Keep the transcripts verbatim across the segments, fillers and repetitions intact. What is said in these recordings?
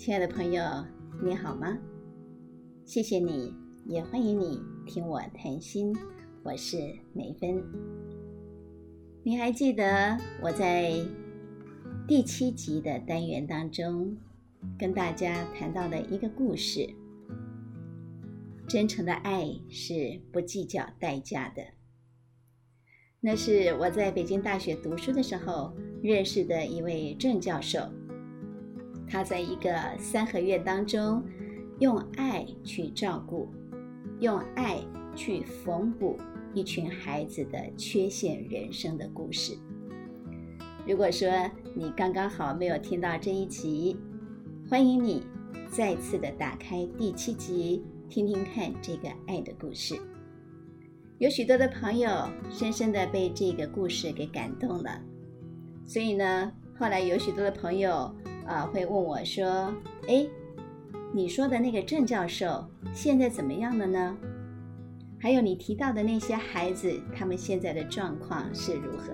亲爱的朋友，你好吗？谢谢你，也欢迎你听我谈心，我是美芬。你还记得我在第七集的单元当中跟大家谈到的一个故事，真诚的爱是不计较代价的。那是我在北京大学读书的时候认识的一位郑教授，他在一个三合院当中用爱去照顾，用爱去缝补一群孩子的缺陷人生的故事。如果说你刚刚好没有听到这一集，欢迎你再次的打开第七集，听听看这个爱的故事。有许多的朋友深深的被这个故事给感动了，所以呢，后来有许多的朋友呃，会问我说，诶，你说的那个郑教授现在怎么样了呢？还有你提到的那些孩子，他们现在的状况是如何？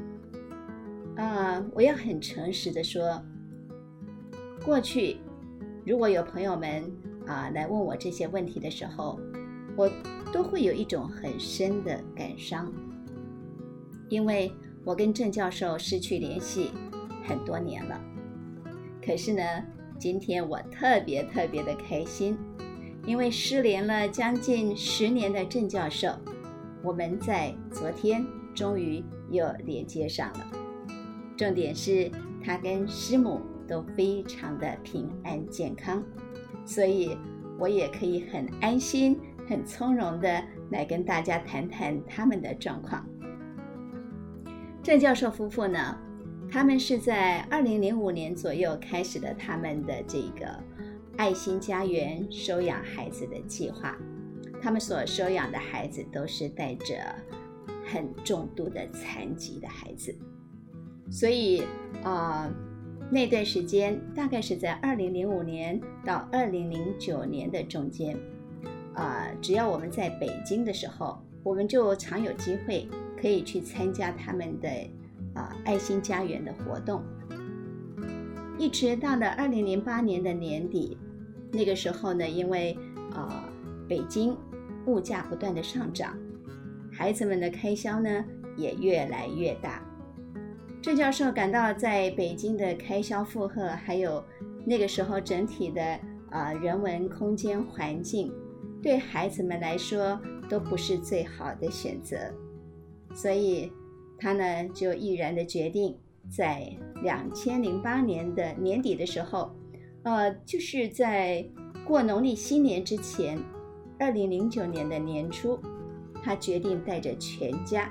呃，我要很诚实的说，过去如果有朋友们啊、呃、来问我这些问题的时候，我都会有一种很深的感伤，因为我跟郑教授失去联系很多年了。可是呢，今天我特别特别的开心，因为失联了将近十年的郑教授，我们在昨天终于又连接上了。重点是他跟师母都非常的平安健康，所以我也可以很安心很从容的来跟大家谈谈他们的状况。郑教授夫妇呢，他们是在二零零五年左右开始了他们的这个爱心家园收养孩子的计划。他们所收养的孩子都是带着很重度的残疾的孩子，所以呃，那段时间大概是在二零零五年到二零零九年的中间，呃，只要我们在北京的时候，我们就常有机会可以去参加他们的啊、呃，爱心家园的活动。一直到了二零零八年的年底，那个时候呢，因为呃北京物价不断的上涨，孩子们的开销呢也越来越大。郑教授感到在北京的开销负荷，还有那个时候整体的呃人文空间环境，对孩子们来说都不是最好的选择，所以他呢就毅然的决定，在两千零八年的年底的时候，呃，就是在过农历新年之前，二零零九年的年初，他决定带着全家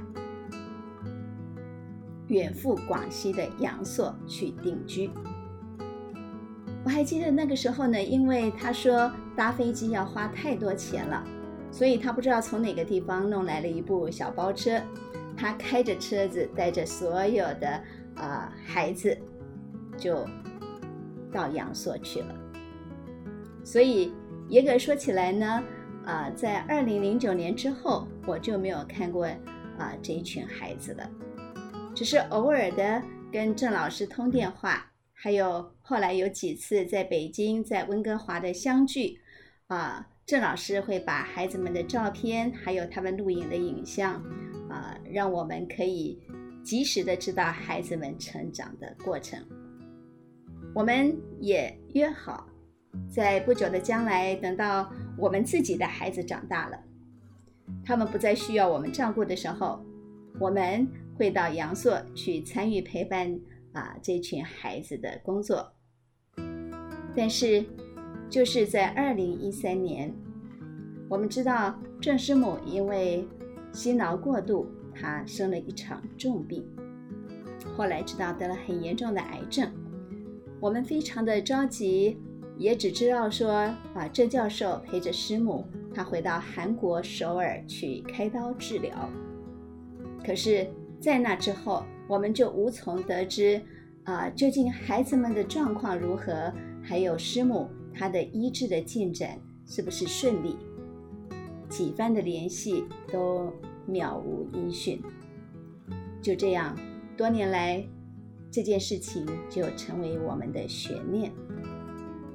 远赴广西的阳朔去定居。我还记得那个时候呢，因为他说搭飞机要花太多钱了，所以他不知道从哪个地方弄来了一部小包车，他开着车子带着所有的呃孩子就到阳朔去了。所以严格说起来呢，呃，在二零零九年之后，我就没有看过啊、呃、这一群孩子了，只是偶尔的跟郑老师通电话，还有后来有几次在北京在温哥华的相聚啊、呃，郑老师会把孩子们的照片还有他们录影的影像啊、呃，让我们可以及时的知道孩子们成长的过程。我们也约好在不久的将来，等到我们自己的孩子长大了，他们不再需要我们照顾的时候，我们会到阳朔去参与陪伴啊这群孩子的工作。但是就是在二零一三年，我们知道郑师母因为辛劳过度，她生了一场重病，后来知道得了很严重的癌症。我们非常的着急，也只知道说啊，郑教授陪着师母，他回到韩国首尔去开刀治疗。可是在那之后，我们就无从得知啊，究竟孩子们的状况如何，还有师母她的医治的进展是不是顺利。几番的联系都渺无音讯。就这样，多年来这件事情就成为我们的悬念。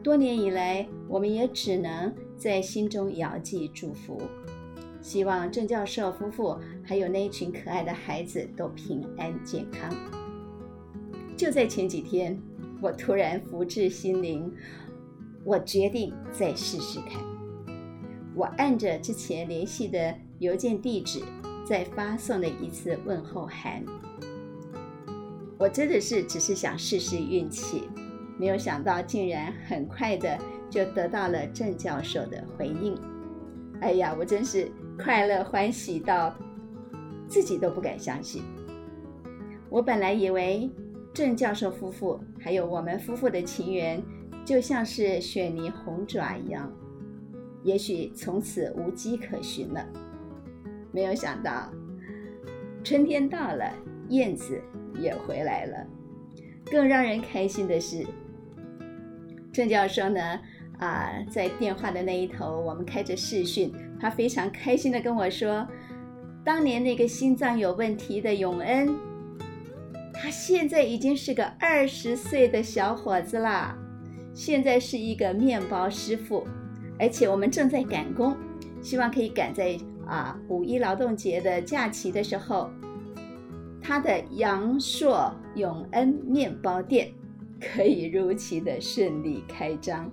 多年以来，我们也只能在心中遥寄祝福，希望郑教授夫妇还有那一群可爱的孩子都平安健康。就在前几天，我突然福至心灵，我决定再试试看。我按着之前联系的邮件地址，再发送了一次问候函。我真的是只是想试试运气，没有想到竟然很快的就得到了郑教授的回应。哎呀，我真是快乐欢喜到自己都不敢相信。我本来以为郑教授夫妇还有我们夫妇的情缘就像是雪泥红爪一样，也许从此无迹可寻了。没有想到春天到了，燕子也回来了。更让人开心的是，郑教授呢啊，在电话的那一头，我们开着视讯，他非常开心地跟我说，当年那个心脏有问题的永恩，他现在已经是个二十岁的小伙子啦，现在是一个面包师傅，而且我们正在赶工，希望可以赶在啊五一劳动节的假期的时候，他的阳朔永恩面包店可以如期的顺利开张。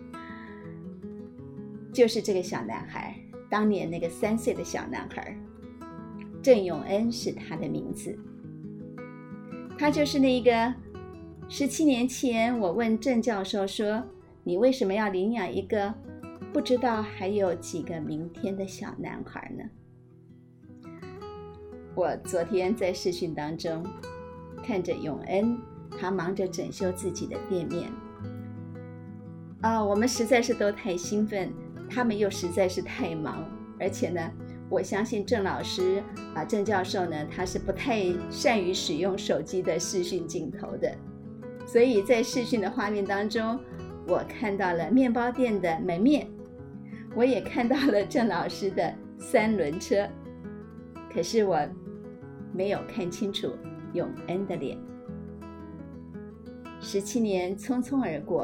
就是这个小男孩，当年那个三岁的小男孩，郑永恩是他的名字。他就是那个十七年前我问郑教授说，你为什么要领养一个不知道还有几个明天的小男孩呢？我昨天在视讯当中看着永恩，他忙着整修自己的店面啊，我们实在是都太兴奋，他们又实在是太忙，而且呢，我相信郑老师啊，郑教授呢，他是不太善于使用手机的视讯镜头的，所以在视讯的画面当中，我看到了面包店的门面，我也看到了郑老师的三轮车，可是我没有看清楚永恩的脸。十七年匆匆而过，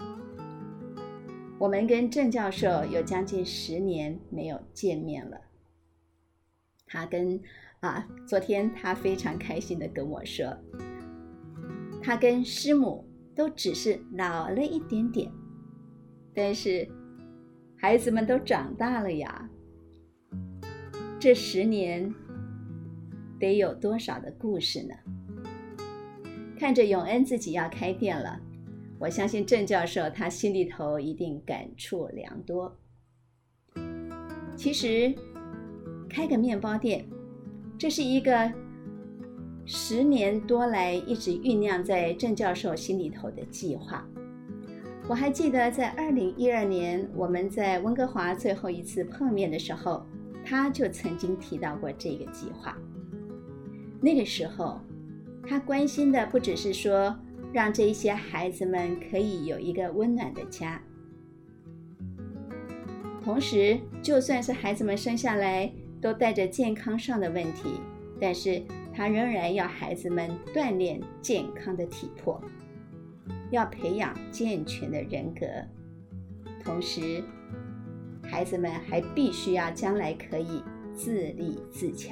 我们跟郑教授有将近十年没有见面了。他跟啊，昨天他非常开心地跟我说，他跟师母都只是老了一点点，但是孩子们都长大了呀。这十年得有多少的故事呢？看着永恩自己要开店了，我相信郑教授他心里头一定感触良多。其实开个面包店，这是一个十年多来一直酝酿在郑教授心里头的计划。我还记得在二零一二年我们在温哥华最后一次碰面的时候，他就曾经提到过这个计划。那个时候他关心的不只是说让这一些孩子们可以有一个温暖的家，同时就算是孩子们生下来都带着健康上的问题，但是他仍然要孩子们锻炼健康的体魄，要培养健全的人格，同时孩子们还必须要将来可以自立自强。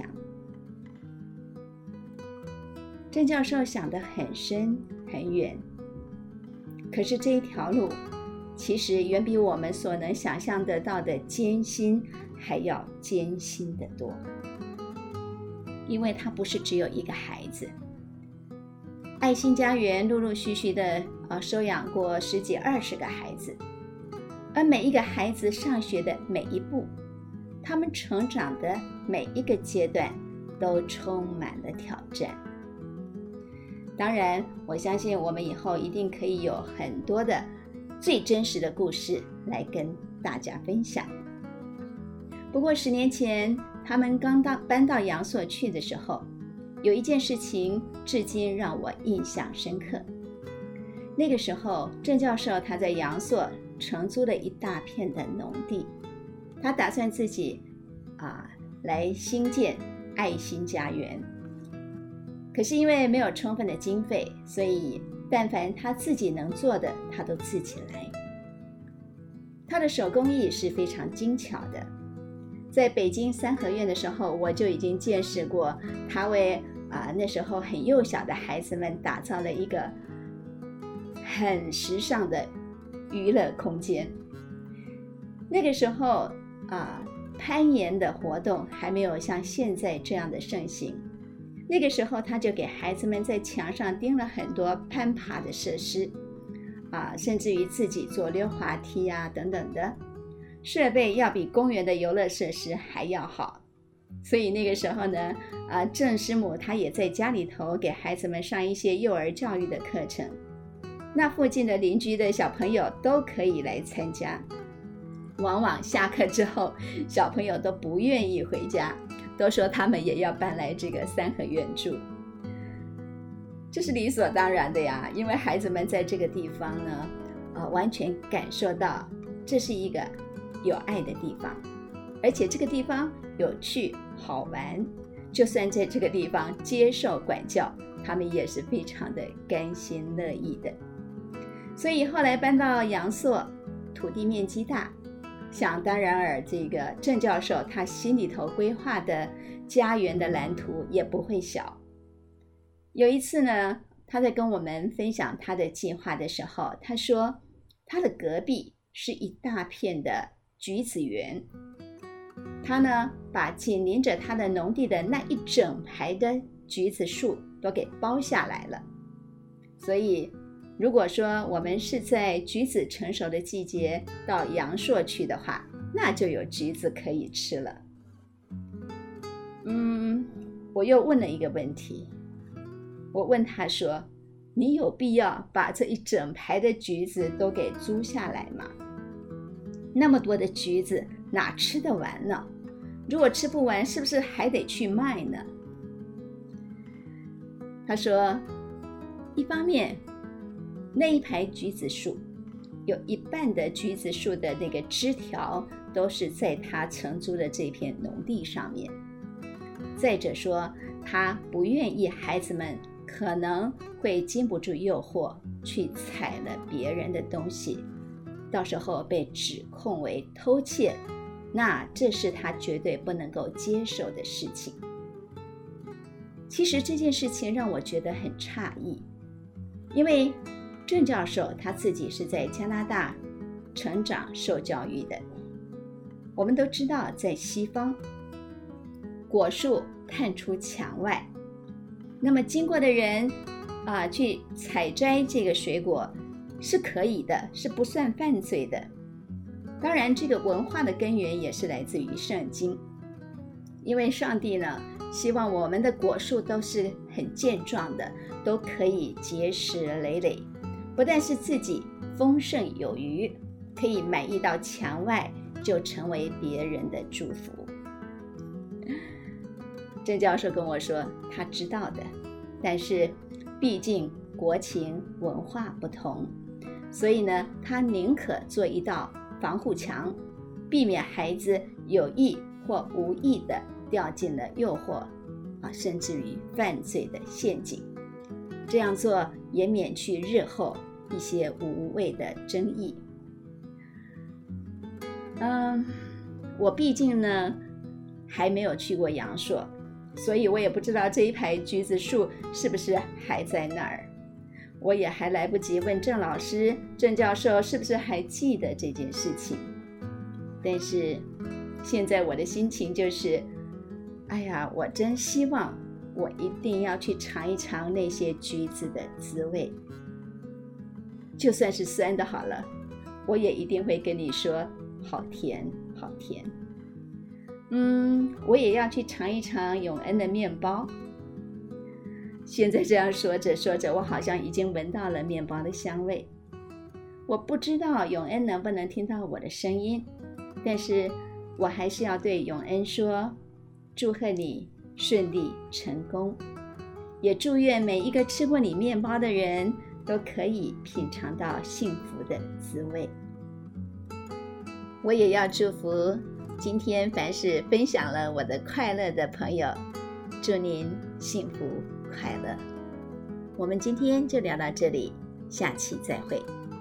郑教授想得很深很远，可是这一条路其实远比我们所能想象得到的艰辛还要艰辛得多，因为他不是只有一个孩子。爱心家园陆陆续续的、呃、收养过十几二十个孩子，而每一个孩子上学的每一步，他们成长的每一个阶段都充满了挑战。当然我相信我们以后一定可以有很多的最真实的故事来跟大家分享。不过十年前他们刚到搬到阳朔去的时候，有一件事情至今让我印象深刻。那个时候郑教授他在阳朔承租了一大片的农地，他打算自己啊来兴建爱心家园。可是因为没有充分的经费，所以但凡他自己能做的他都自己来。 他的手工艺是非常精巧的。在北京三合院的时候，我就已经见识过他为啊、呃、那时候很幼小的孩子们打造了一个很时尚的娱乐空间。那个时候啊、呃，攀岩的活动还没有像现在这样的盛行。那个时候他就给孩子们在墙上钉了很多攀爬的设施啊，甚至于自己做溜滑梯啊等等的设备，要比公园的游乐设施还要好。所以那个时候呢，啊，郑师母她也在家里头给孩子们上一些幼儿教育的课程，那附近的邻居的小朋友都可以来参加。往往下课之后，小朋友都不愿意回家，都说他们也要搬来这个三合院住。这是理所当然的呀，因为孩子们在这个地方呢，呃，完全感受到这是一个有爱的地方，而且这个地方有趣好玩，就算在这个地方接受管教，他们也是非常的甘心乐意的。所以后来搬到阳朔，土地面积大，想当然尔，这个郑教授他心里头规划的家园的蓝图也不会小。有一次呢，他在跟我们分享他的计划的时候，他说他的隔壁是一大片的橘子园，他呢把紧邻着他的农地的那一整排的橘子树都给包下来了。所以如果说我们是在橘子成熟的季节到阳朔去的话，那就有橘子可以吃了。嗯，我又问了一个问题，我问他说，你有必要把这一整排的橘子都给租下来吗？那么多的橘子哪吃得完呢？如果吃不完，是不是还得去卖呢？他说，一方面那一排橘子树有一半的橘子树的那个枝条都是在他承租的这片农地上面。再者说，他不愿意孩子们可能会经不住诱惑去采了别人的东西，到时候被指控为偷窃，那这是他绝对不能够接受的事情。其实这件事情让我觉得很诧异，因为郑教授他自己是在加拿大成长受教育的。我们都知道，在西方果树看出墙外，那么经过的人啊，去采摘这个水果是可以的，是不算犯罪的。当然这个文化的根源也是来自于圣经，因为上帝呢希望我们的果树都是很健壮的，都可以结实累累，不但是自己丰盛有余，可以满溢到墙外，就成为别人的祝福。郑教授跟我说他知道的，但是毕竟国情文化不同，所以呢他宁可做一道防护墙，避免孩子有意或无意的掉进了诱惑啊，甚至于犯罪的陷阱。这样做也免去日后一些无谓的争议。嗯，我毕竟呢还没有去过阳朔，所以我也不知道这一排橘子树是不是还在那儿。我也还来不及问郑老师、郑教授是不是还记得这件事情。但是现在我的心情就是，哎呀，我真希望我一定要去尝一尝那些橘子的滋味，就算是酸的好了，我也一定会跟你说好甜好甜。嗯，我也要去尝一尝永恩的面包。现在这样说着说着，我好像已经闻到了面包的香味。我不知道永恩能不能听到我的声音，但是我还是要对永恩说，祝贺你顺利成功，也祝愿每一个吃过你面包的人都可以品尝到幸福的滋味。我也要祝福今天凡是分享了我的快乐的朋友，祝您幸福快乐。我们今天就聊到这里，下期再会。